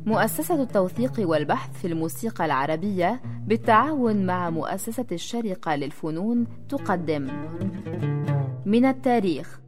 مؤسسة التوثيق والبحث في الموسيقى العربية بالتعاون مع مؤسسة الشارقة للفنون تقدم من التاريخ.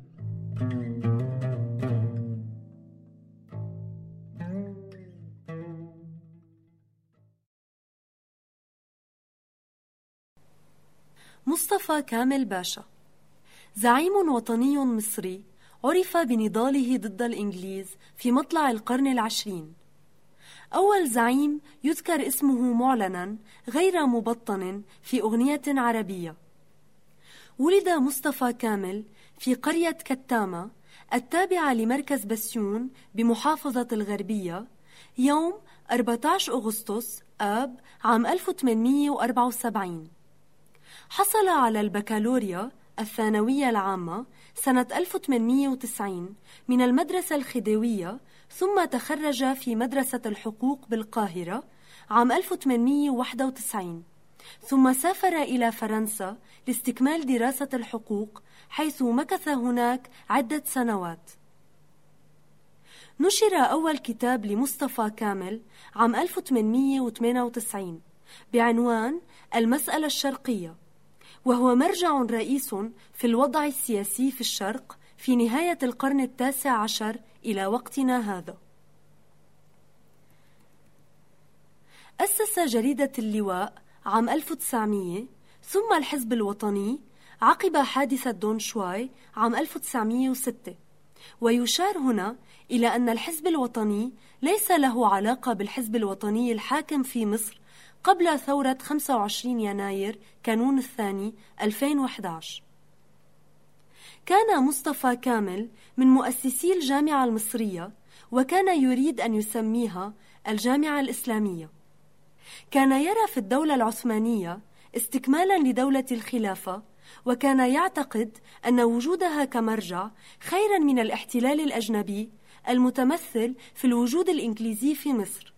مصطفى كامل باشا زعيم وطني مصري عرف بنضاله ضد الإنجليز في مطلع القرن العشرين. أول زعيم يذكر اسمه معلنا غير مبطن في أغنية عربية. ولد مصطفى كامل في قرية كتامة التابعة لمركز بسيون بمحافظة الغربية يوم 14 أغسطس آب عام 1874. حصل على البكالوريا الثانوية العامة سنة 1890 من المدرسة الخديوية، ثم تخرج في مدرسة الحقوق بالقاهرة عام 1891، ثم سافر إلى فرنسا لاستكمال دراسة الحقوق، حيث مكث هناك عدة سنوات. نشر أول كتاب لمصطفى كامل عام 1898 بعنوان المسألة الشرقية، وهو مرجع رئيس في الوضع السياسي في الشرق في نهاية القرن التاسع عشر إلى وقتنا هذا. أسس جريدة اللواء عام 1900 ثم الحزب الوطني عقب حادثة دون شواي عام 1906. ويشار هنا إلى أن الحزب الوطني ليس له علاقة بالحزب الوطني الحاكم في مصر قبل ثورة 25 يناير كانون الثاني 2011. كان مصطفى كامل من مؤسسي الجامعة المصرية، وكان يريد أن يسميها الجامعة الإسلامية. كان يرى في الدولة العثمانية استكمالا لدولة الخلافة، وكان يعتقد أن وجودها كمرجع خيرا من الاحتلال الأجنبي المتمثل في الوجود الإنجليزي في مصر.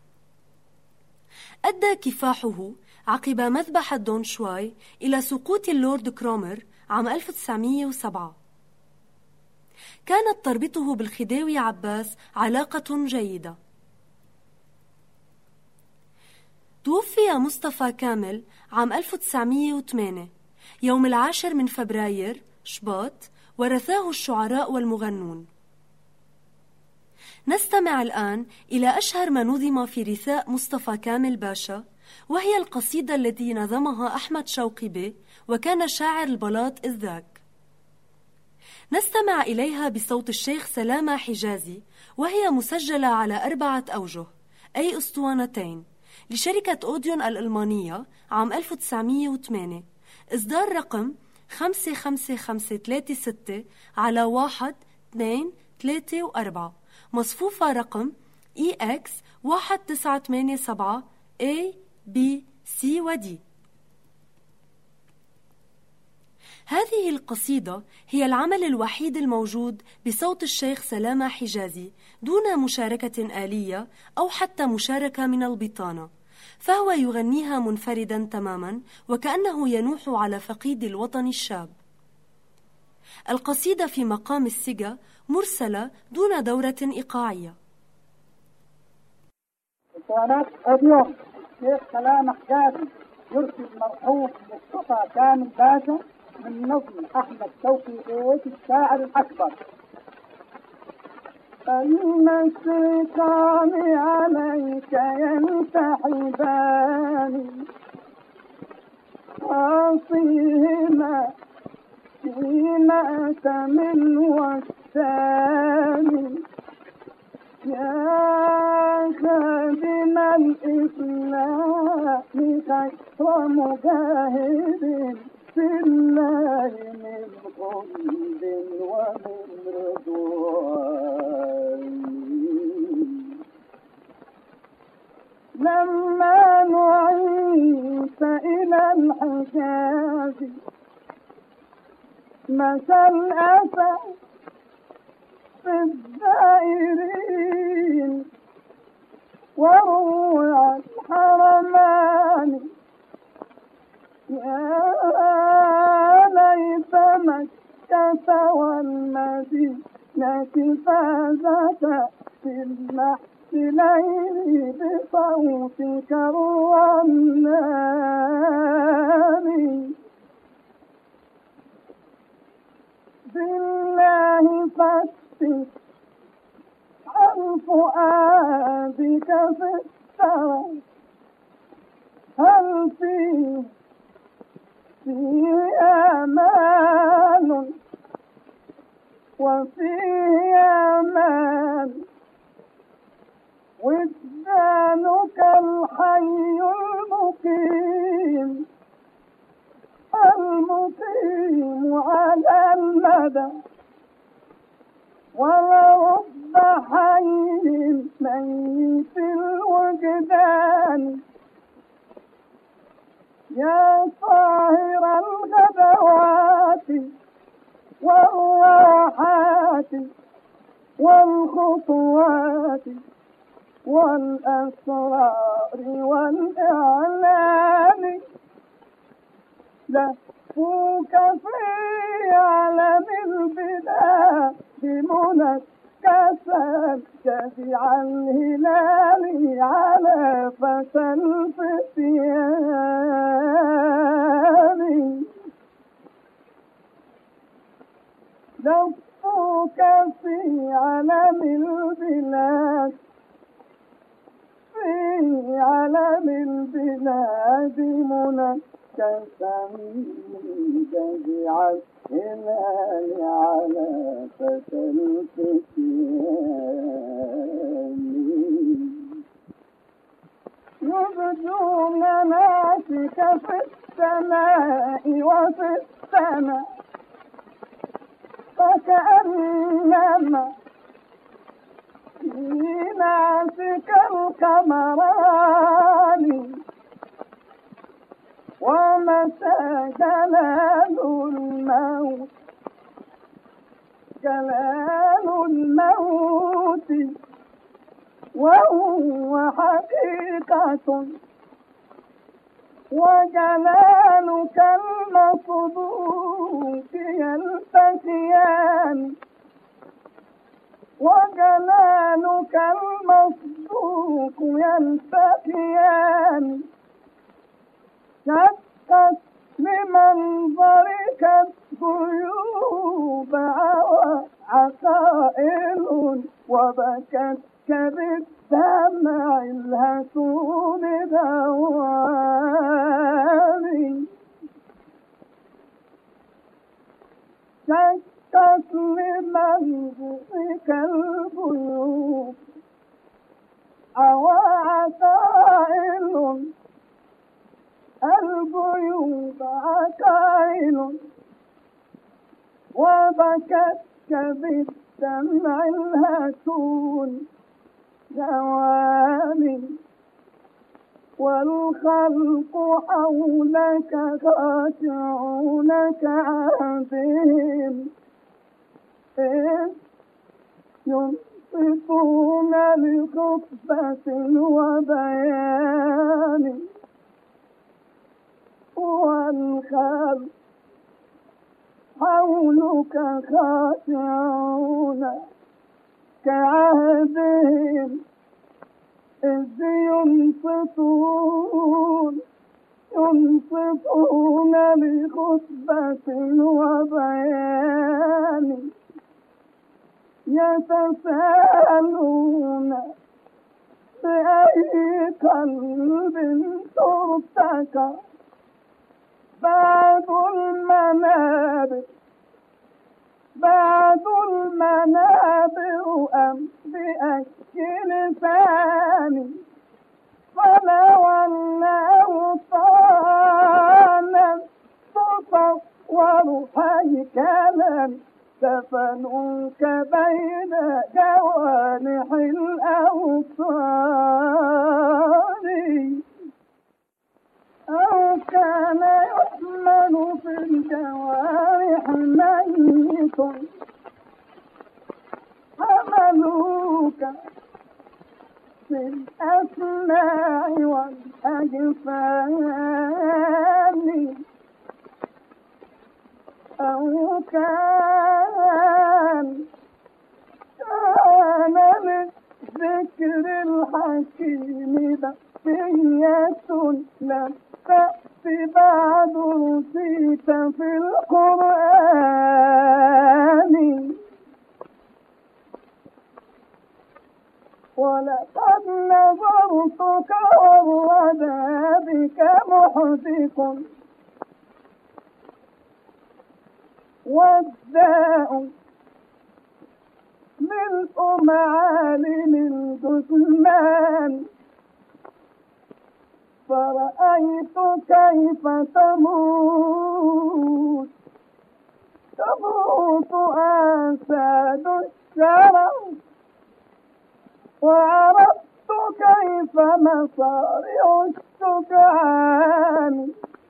أدى كفاحه عقب مذبحة دون شواي إلى سقوط اللورد كرومر عام 1907. كانت تربطه بالخديوي عباس علاقة جيدة. توفي مصطفى كامل عام 1908 يوم 10 فبراير شباط، ورثاه الشعراء والمغنون. نستمع الآن إلى أشهر ما نظم في رثاء مصطفى كامل باشا، وهي القصيدة التي نظمها أحمد شوقي بيه، وكان شاعر البلاط إذ ذاك. نستمع إليها بصوت الشيخ سلامة حجازي، وهي مسجلة على 4 أوجه أي أسطوانتين لشركة أوديون الألمانية عام 1908، إصدار رقم 55536 على 1 2 3 و4، مصفوفة رقم EX 1987 A B C و D. هذه القصيدة هي العمل الوحيد الموجود بصوت الشيخ سلامة حجازي دون مشاركة آلية أو حتى مشاركة من البطانة، فهو يغنيها منفردا تماما وكأنه ينوح على فقيد الوطن الشاب. القصيدة في مقام السجا مرسلة دون دورة إيقاعية. اليوم شيخ سلامة حجازي يرسل مرحوم مصطفى كامل باشا من نظم أحمد شوقي بيت الشاعر الأكبر. أن السلطان عليك ينتحبان عاصيهما فيما تمل والثاني يا خادم الإسلام خير مجاهد في الله من قلب ومن رضوان. لما نعيت إلى الحجاز مشى الأسى في الدائرين وروع الحرمان. يا ليت مكة والمدينة فازتا في إليه بصوتك الرنان بالله فتش عن فؤادك في الثرى هل فيه أمان وفيه أمان وجدانك الحي المقيم على المدى ولرب حي ميت الوجدان يا طاهر الغدوات والراحات والخطوات والأسرار والإعلان لفوك في عالم البلاد منكسا شفيع الهلال على فتى الفتيان لفوك في عالم البلاد في عالم البلاد منكسا شفيع الهلال على فتى الفتيان يبدون ناسك في السماء وفي السماء فكأنما في ناسك القمران ومتى جلال الموت وهو حقيقة وجلالك المصدوق يلتقيان وجلالك المصدوق يلتقيان شقت لمنظرك الغيوب عقائل وبكت بالدمع الهسول دواني شقت لمنظرك الغيوب عقائل الغيوب عقائل وبكت بالدمع الهسول دواني والخلق حولك خاشعون كعبهم إذ ينصتون لخطبة وبيان والخلق حولك خاشعون كعهدهم إذ ينصتون لخطبة وبيان يتساءلون بأي قلب ترتكى بعد المنابر أم بأي لسان فلو أن أوطانا تطور هيكلا دفنوك بين جوانح الأوطان أو كان يحمل في الجوارح ميت حملوك في الأسماع والأجفان أو كان الذكر الحكيم بقية لم تأتي بعد رسيت في القرآن ولقد نظرتك والردى بك محدق والداء ملء معالم الجثمان فرأيت كيف تموت آساد الشرع وعرفت كيف مصارع الشجعان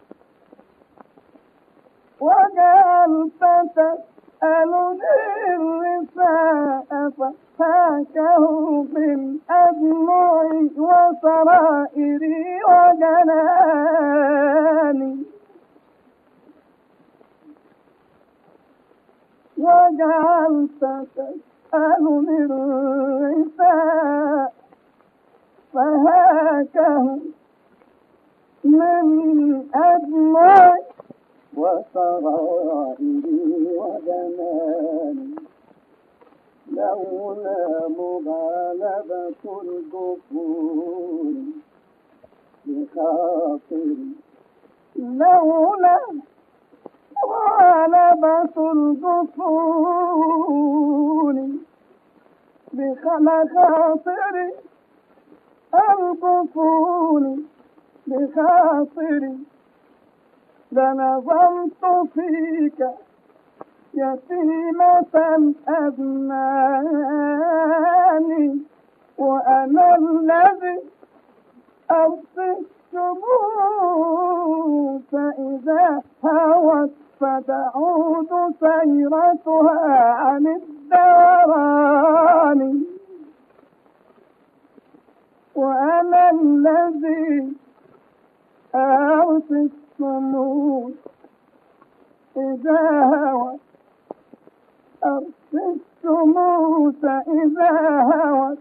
وجعلت تسألني الرثاء فهاكه من أدمعي وسرائري وجناني وجعلت تسألني الرثاء فهاكه من أدمعي وسرائري وجناني لولا مغالبة الجفور بخاطري لولا مغالبة الجفور بخاطري الجفور بخاطري لنظرت فيك يتيمة أبناني وأنا الذي أوصي الشموس إذا هوت فتعود سيرتها عن الدوران وأنا الذي أوصي الشموس إذا هوت أرسل الشموس إذا هوت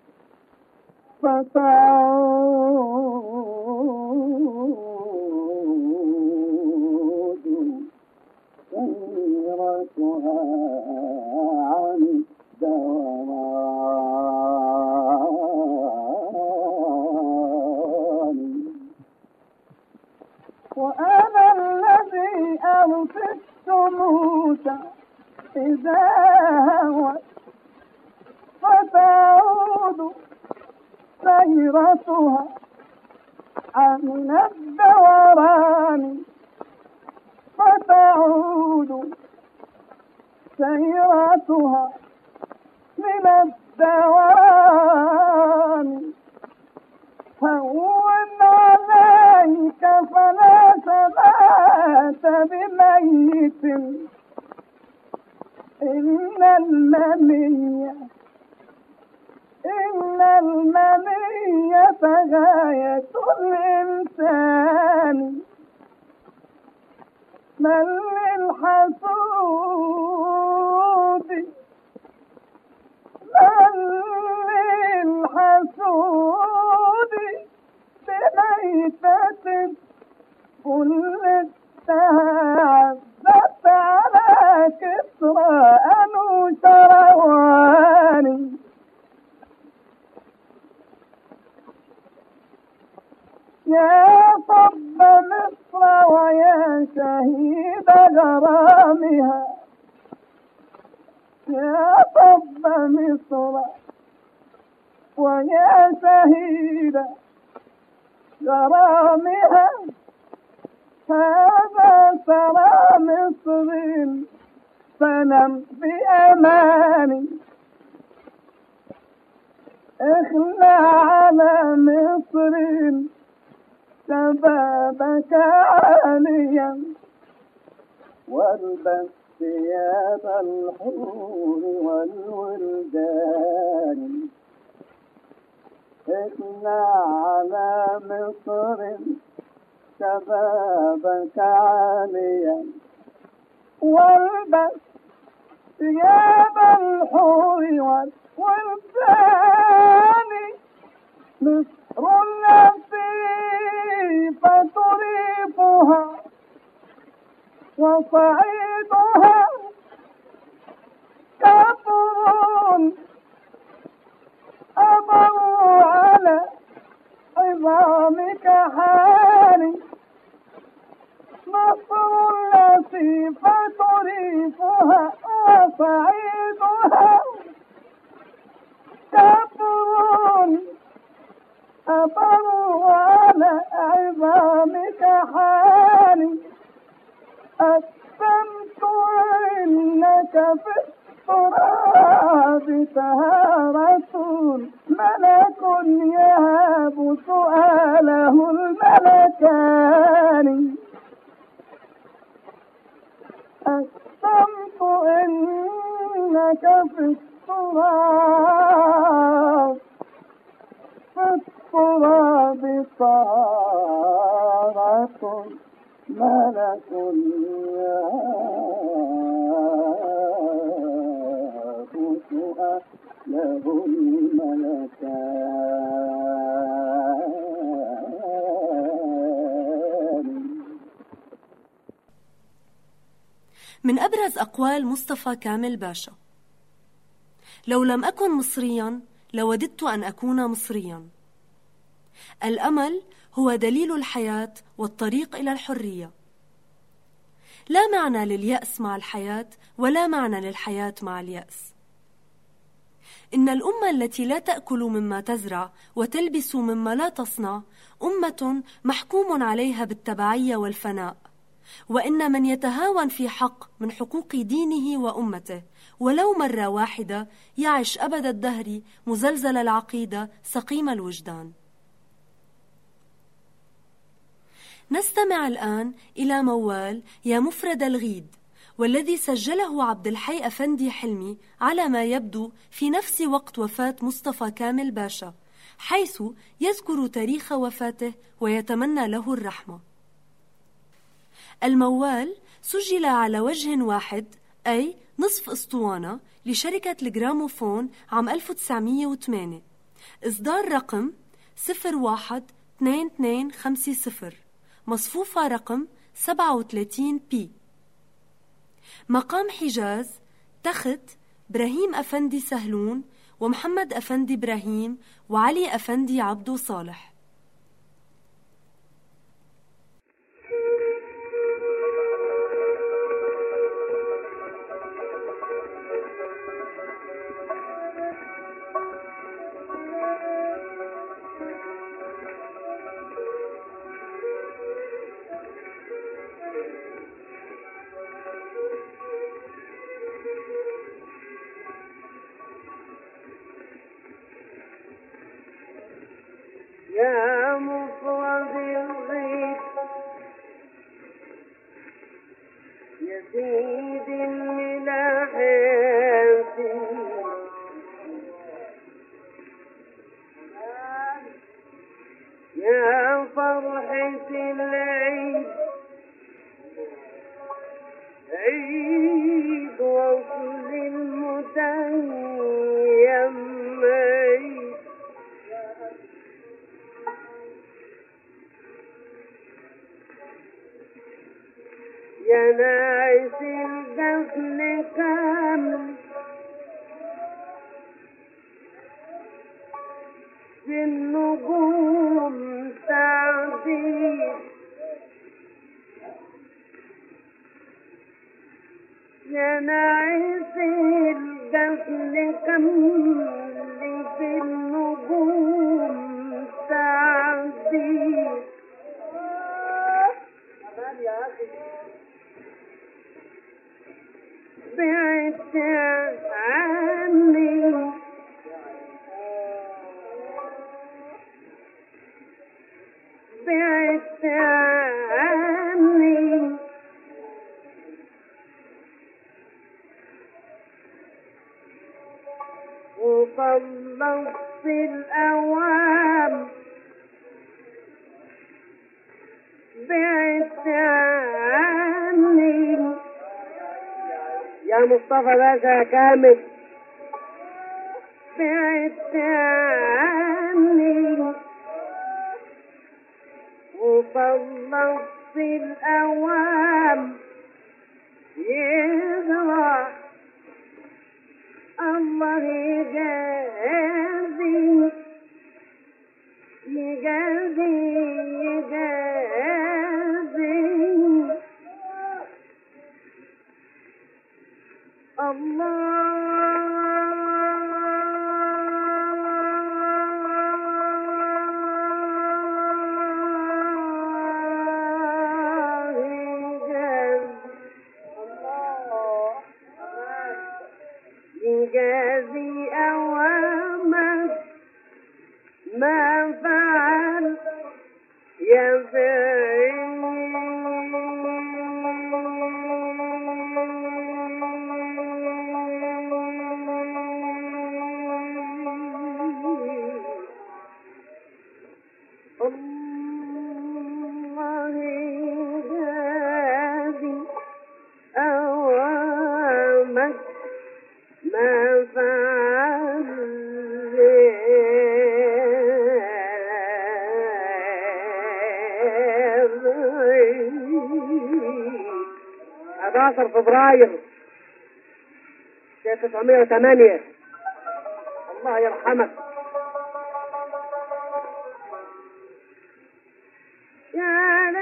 فتعود سيرتها عن الدوران وأنا الذي أرسل الشموس إذا هوت فتعود سيرتها عن الدوران فتعود سيرتها من الدوران هون عليك فلا ثبات بميت إن المنية غاية الإنسان من للحسود بميتة كل التهابت على كسرى أنوشرواني يا طب مصر ويا شهيد غرامها يا طب مصر ويا شهيد غرامها هذا سرى مصر فنم بأماني اخلع على مصر شبابك عاليا والبس ثياب الحور والولدان اخلع على مصر شبابك عاليا والبس ثياب الحور والولدان مصر لطيفة ريفها وصعيدها كفر أمر على عظامك حالي مصر لطيفة ريفها وصعيدها كفر أمر على عظامك حالي أقسمت إنك في التراب طهارة ملك يهاب سؤاله الملكان أقسمت إنك في التراب طهارة ملك يهاب سؤاله الملكان. من أبرز أقوال مصطفى كامل باشا: لو لم أكن مصريا لوددت أن أكون مصريا. الأمل هو دليل الحياة والطريق إلى الحرية. لا معنى لليأس مع الحياة ولا معنى للحياة مع اليأس. إن الأمة التي لا تأكل مما تزرع وتلبس مما لا تصنع أمة محكوم عليها بالتبعية والفناء. وإن من يتهاون في حق من حقوق دينه وأمته ولو مرة واحدة يعش أبد الدهر مزلزل العقيدة سقيم الوجدان. نستمع الآن إلى موال يا مفرد الغيد، والذي سجله عبد الحي أفندي حلمي على ما يبدو في نفس وقت وفاة مصطفى كامل باشا، حيث يذكر تاريخ وفاته ويتمنى له الرحمة. الموال سجل على وجه واحد، أي نصف أسطوانة، لشركة الجراموفون عام 1908، إصدار رقم 012250، مصفوفة رقم 37P. مقام حجاز: تخت إبراهيم أفندي سهلون ومحمد أفندي إبراهيم وعلي أفندي عبدو صالح. يا مفرد الغيب يا سيد الملاحات يا فرحة العيد عيد وصل المتيم يا ناس الدفن كامل في النجوم تعديل يا ناس الدفن كامل في النجوم تعديل بعدت عني بعدت عني وطلقت الأوام بعدت عني يا مصطفى باشا كامل بعدت عني وخلصت الأوام يجرح الله يجازي يجازي يجازي يجازي أوامك ما فعل يا الله يجازي أوامك ما فعل 11 فبراير 1908. الله يرحمك يا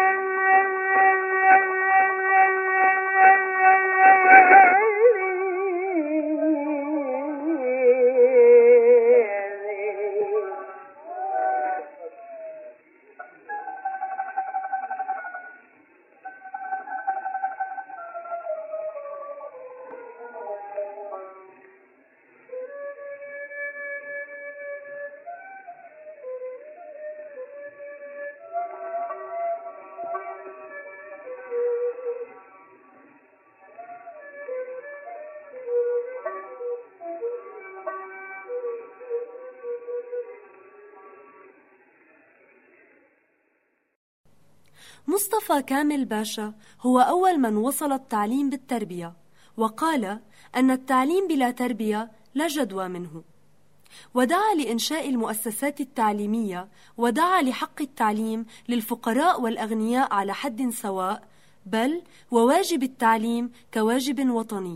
مصطفى كامل باشا هو أول من وصل التعليم بالتربية، وقال أن التعليم بلا تربية لا جدوى منه، ودعا لإنشاء المؤسسات التعليمية، ودعا لحق التعليم للفقراء والأغنياء على حد سواء، بل وواجب التعليم كواجب وطني.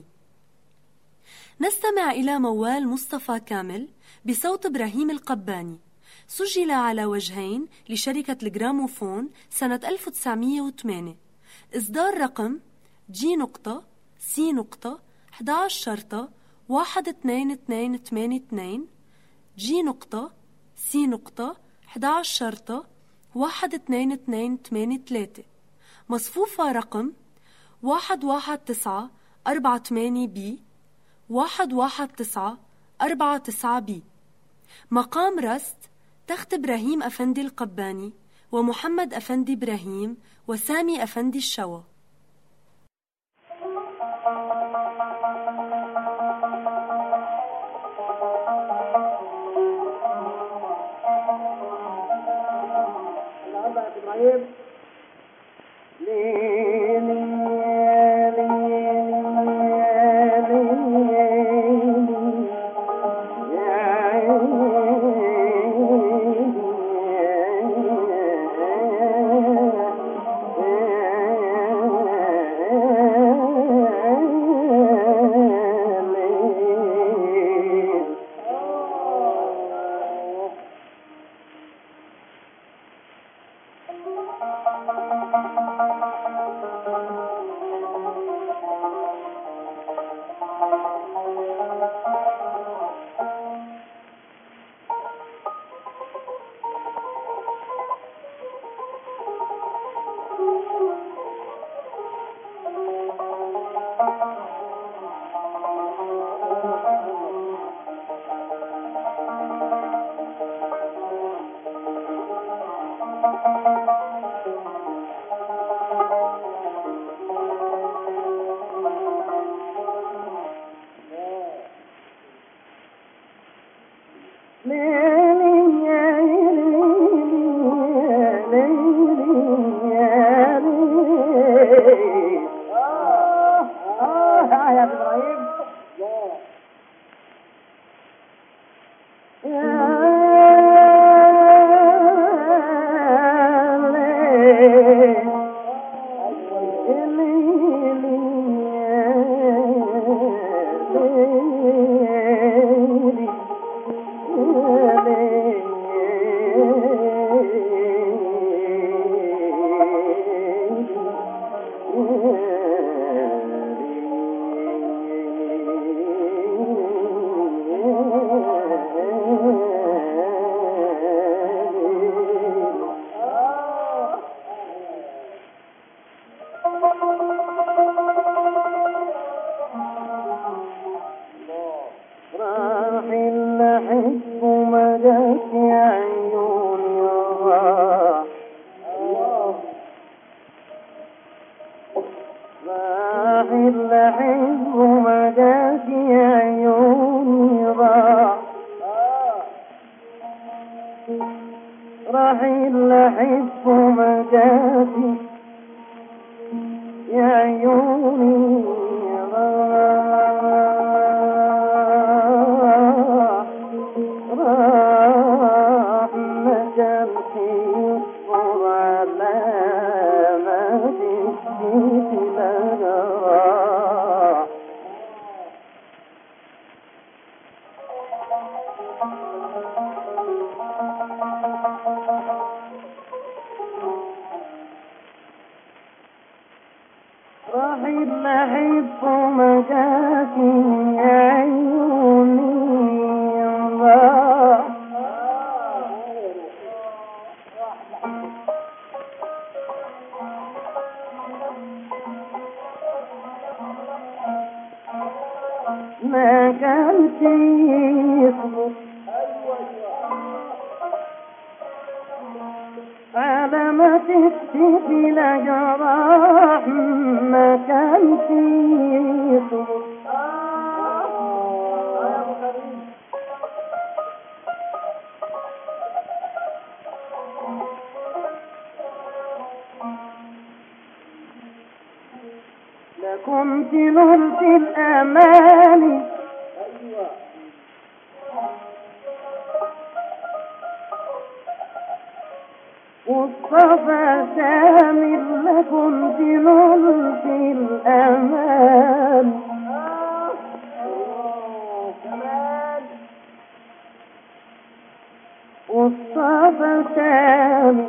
نستمع إلى موال مصطفى كامل بصوت إبراهيم القباني، سجل على وجهين لشركة الجراموفون سنة 1908، إصدار رقم G.C.11/1282 G.C.11/1283 مصفوفة رقم 11948B 11949B. مقام رست تخت إبراهيم أفندي القباني ومحمد أفندي إبراهيم وسامي أفندي الشوا. يا ابراهيم. ما كان يصبر على ما تكتفي لجراح، ما كان يصبر لكنت نلت الأماني والصفا شامل، لكنت نلت الأماني والصفا شامل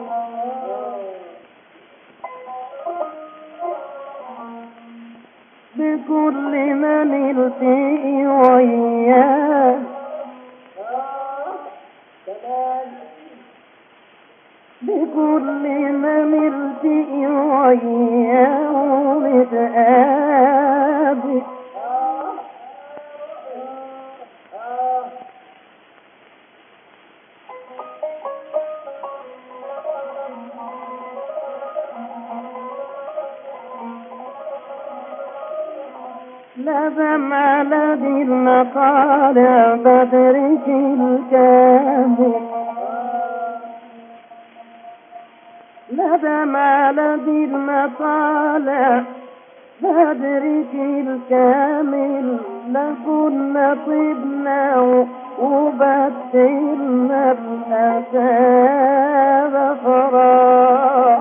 بكل من التقي وياه، بكل من التقي وياه ومتقابل لازم على ذي المطالع بدرك الكامل، لازم على ذي المطالع بدرك الكامل، لكنا طبنا وبدلنا الأساب فراغ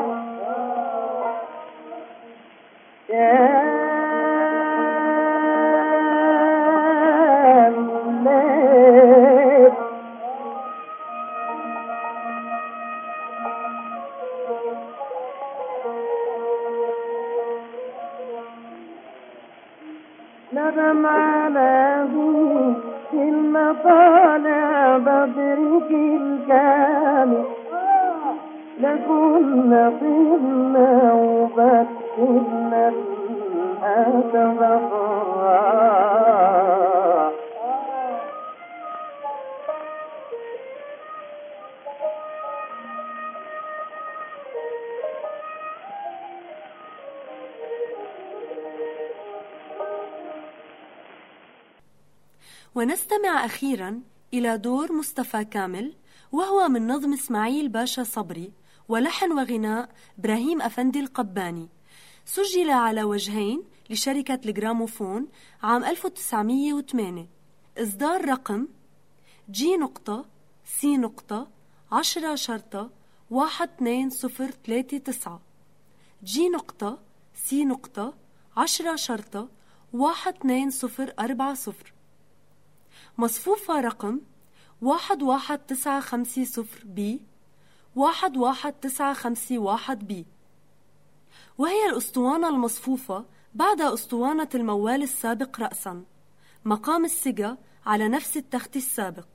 ندم على في المطالع بدرك الكامل، لكنا طبنا وبدلنا الأسف فراغ ونستمع أخيرا إلى دور مصطفى كامل، وهو من نظم إسماعيل باشا صبري ولحن وغناء إبراهيم أفندي القباني، سجل على وجهين لشركة الجراموفون عام 1908. إصدار رقم G.C.10-12039 G.C.10-12040. مصفوفة رقم 11950B 11951B، وهي الأسطوانة المصفوفة بعد أسطوانة الموال السابق رأساً، مقام السجا على نفس التخت السابق.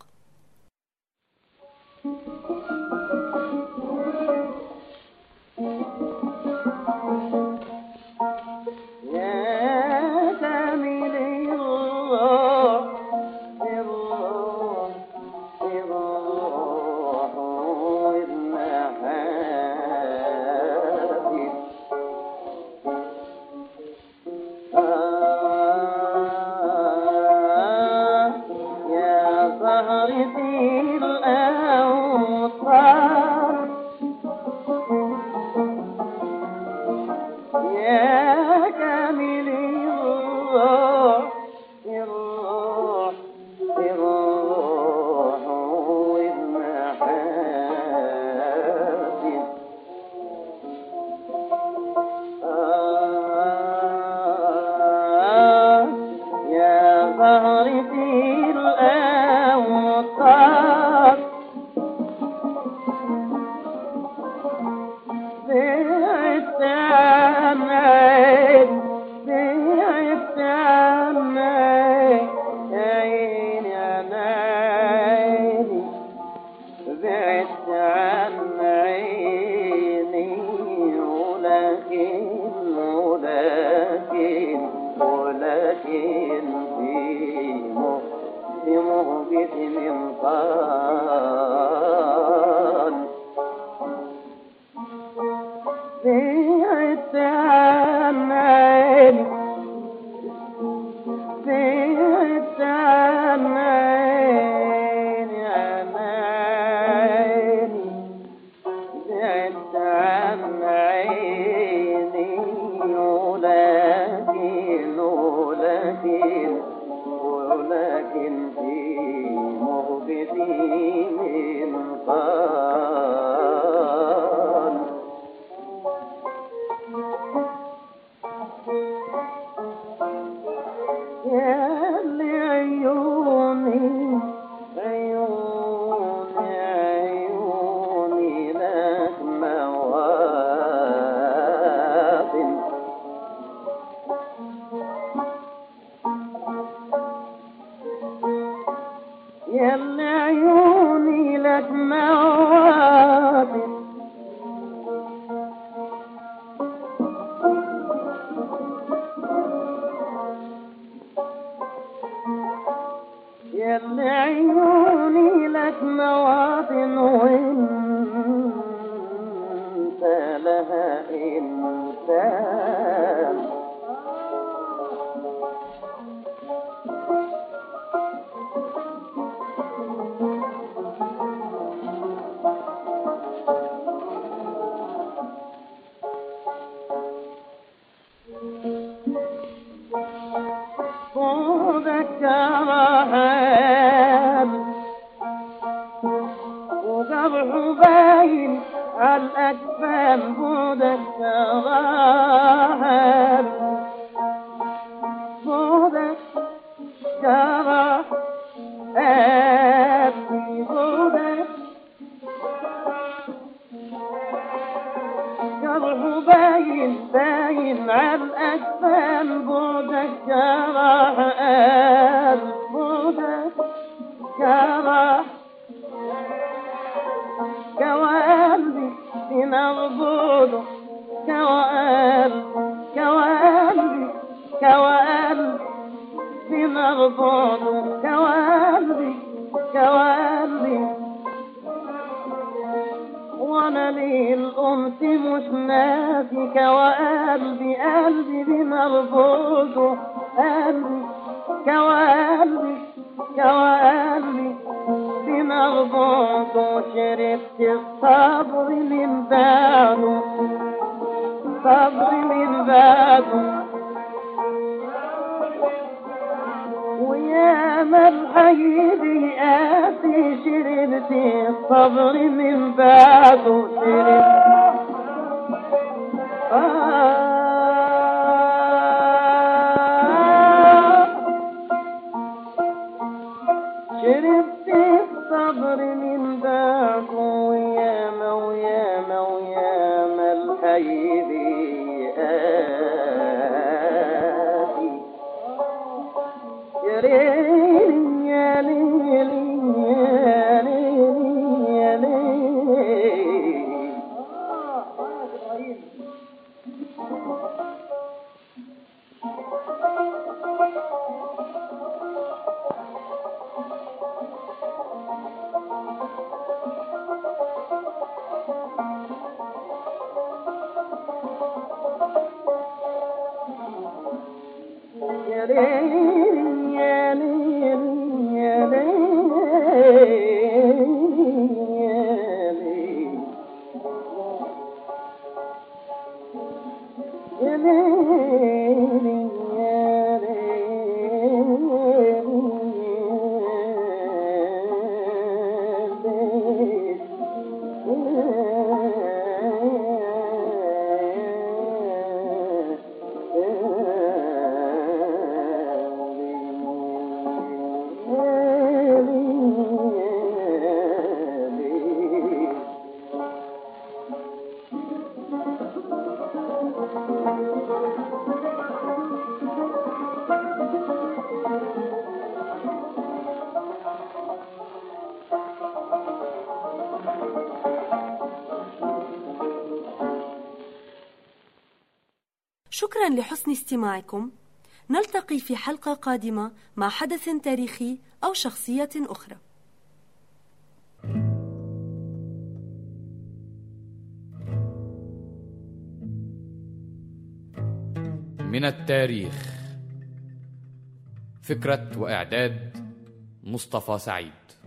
عيوني لك مواطن وانت لها انسان. وقبح باين عالأكفان بودك كراهب بودك كراهب بودك قبح باين عالأكفان بودك كراهب بودك كراهب كوالبي نربوده كوالبي نربوده كوالبي وانا لي الأمس مش ناسي قلبي بنربوده قلبي كوالبي بنربوده شربت الصبر من بعده شربت الصبر من بعده شربت الصبر من بعده وياما وياما وياما الحيدي آتي يا ليلي يا ليلي يا ليلي يا ليلي. يا ليلي يا ليلي يا ليلي يا ليلي يا شكرا لحسن استماعكم. نلتقي في حلقة قادمة مع حدث تاريخي أو شخصية أخرى. من التاريخ. فكرة وإعداد مصطفى سعيد.